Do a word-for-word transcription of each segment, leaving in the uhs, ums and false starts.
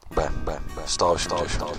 B, B, B, sto osiemdziesiąt.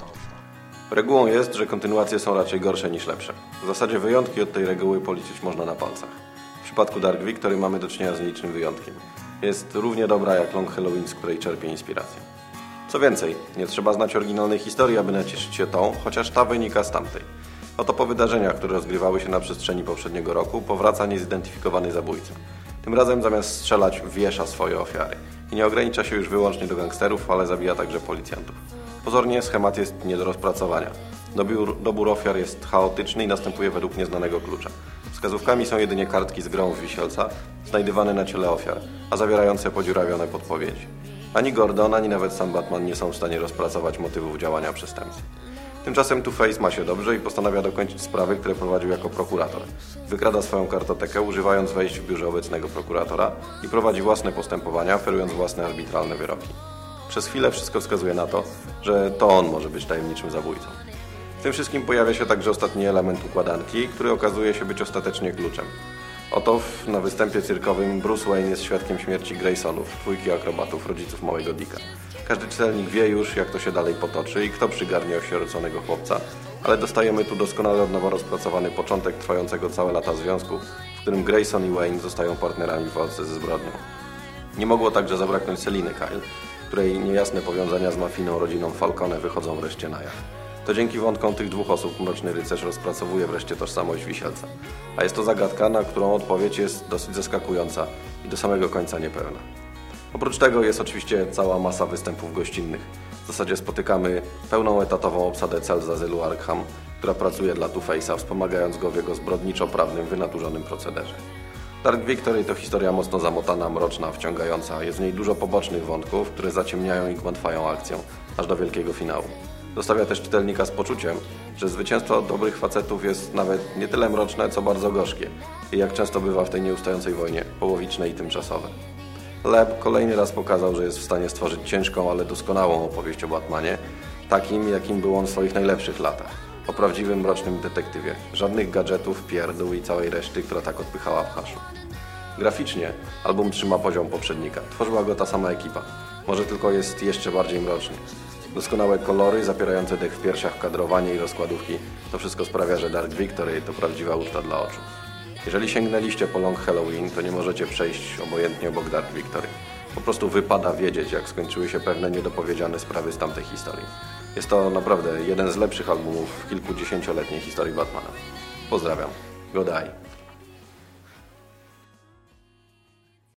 Regułą jest, że kontynuacje są raczej gorsze niż lepsze. W zasadzie wyjątki od tej reguły policzyć można na palcach. W przypadku Dark Victory mamy do czynienia z nielicznym wyjątkiem. Jest równie dobra jak Long Halloween, z której czerpie inspirację. Co więcej, nie trzeba znać oryginalnej historii, aby nacieszyć się tą, chociaż ta wynika z tamtej. Oto po wydarzeniach, które rozgrywały się na przestrzeni poprzedniego roku, powraca niezidentyfikowany zabójca. Tym razem zamiast strzelać, wiesza swoje ofiary. I nie ogranicza się już wyłącznie do gangsterów, ale zabija także policjantów. Pozornie schemat jest nie do rozpracowania. Dobór, dobór ofiar jest chaotyczny i następuje według nieznanego klucza. Wskazówkami są jedynie kartki z grą w wisielca, znajdywane na ciele ofiar, a zawierające podziurawione podpowiedzi. Ani Gordon, ani nawet sam Batman nie są w stanie rozpracować motywów działania przestępcy. Tymczasem Two-Face ma się dobrze i postanawia dokończyć sprawy, które prowadził jako prokurator. Wykrada swoją kartotekę, używając wejść w biurze obecnego prokuratora i prowadzi własne postępowania, oferując własne arbitralne wyroki. Przez chwilę wszystko wskazuje na to, że to on może być tajemniczym zabójcą. W tym wszystkim pojawia się także ostatni element układanki, który okazuje się być ostatecznie kluczem. Oto na występie cyrkowym Bruce Wayne jest świadkiem śmierci Graysonów, dwójki akrobatów, rodziców małego Dicka. Każdy czytelnik wie już, jak to się dalej potoczy i kto przygarnie osieroconego chłopca, ale dostajemy tu doskonale od nowa rozpracowany początek trwającego całe lata związku, w którym Grayson i Wayne zostają partnerami w walce ze zbrodnią. Nie mogło także zabraknąć Seliny Kyle, której niejasne powiązania z mafijną rodziną Falcone wychodzą wreszcie na jaw. To dzięki wątkom tych dwóch osób Mroczny Rycerz rozpracowuje wreszcie tożsamość Wisielca. A jest to zagadka, na którą odpowiedź jest dosyć zaskakująca i do samego końca niepełna. Oprócz tego jest oczywiście cała masa występów gościnnych. W zasadzie spotykamy pełną etatową obsadę cel z azylu Arkham, która pracuje dla Two-Face'a, wspomagając go w jego zbrodniczo-prawnym, wynaturzonym procederze. Dark Victory to historia mocno zamotana, mroczna, wciągająca. Jest w niej dużo pobocznych wątków, które zaciemniają i gmatwają akcją, aż do wielkiego finału. Zostawia też czytelnika z poczuciem, że zwycięstwo dobrych facetów jest nawet nie tyle mroczne, co bardzo gorzkie i jak często bywa w tej nieustającej wojnie, połowiczne i tymczasowe. Leb kolejny raz pokazał, że jest w stanie stworzyć ciężką, ale doskonałą opowieść o Batmanie, takim, jakim był on w swoich najlepszych latach. O prawdziwym, mrocznym detektywie. Żadnych gadżetów, pierdół i całej reszty, która tak odpychała w haszu. Graficznie album trzyma poziom poprzednika. Tworzyła go ta sama ekipa. Może tylko jest jeszcze bardziej mroczny. Doskonałe kolory, zapierające dech w piersiach, kadrowanie i rozkładówki. To wszystko sprawia, że Dark Victory to prawdziwa uczta dla oczu. Jeżeli sięgnęliście po Long Halloween, to nie możecie przejść obojętnie obok Dark Victory. Po prostu wypada wiedzieć, jak skończyły się pewne niedopowiedziane sprawy z tamtej historii. Jest to naprawdę jeden z lepszych albumów w kilkudziesięcioletniej historii Batmana. Pozdrawiam. Godaj.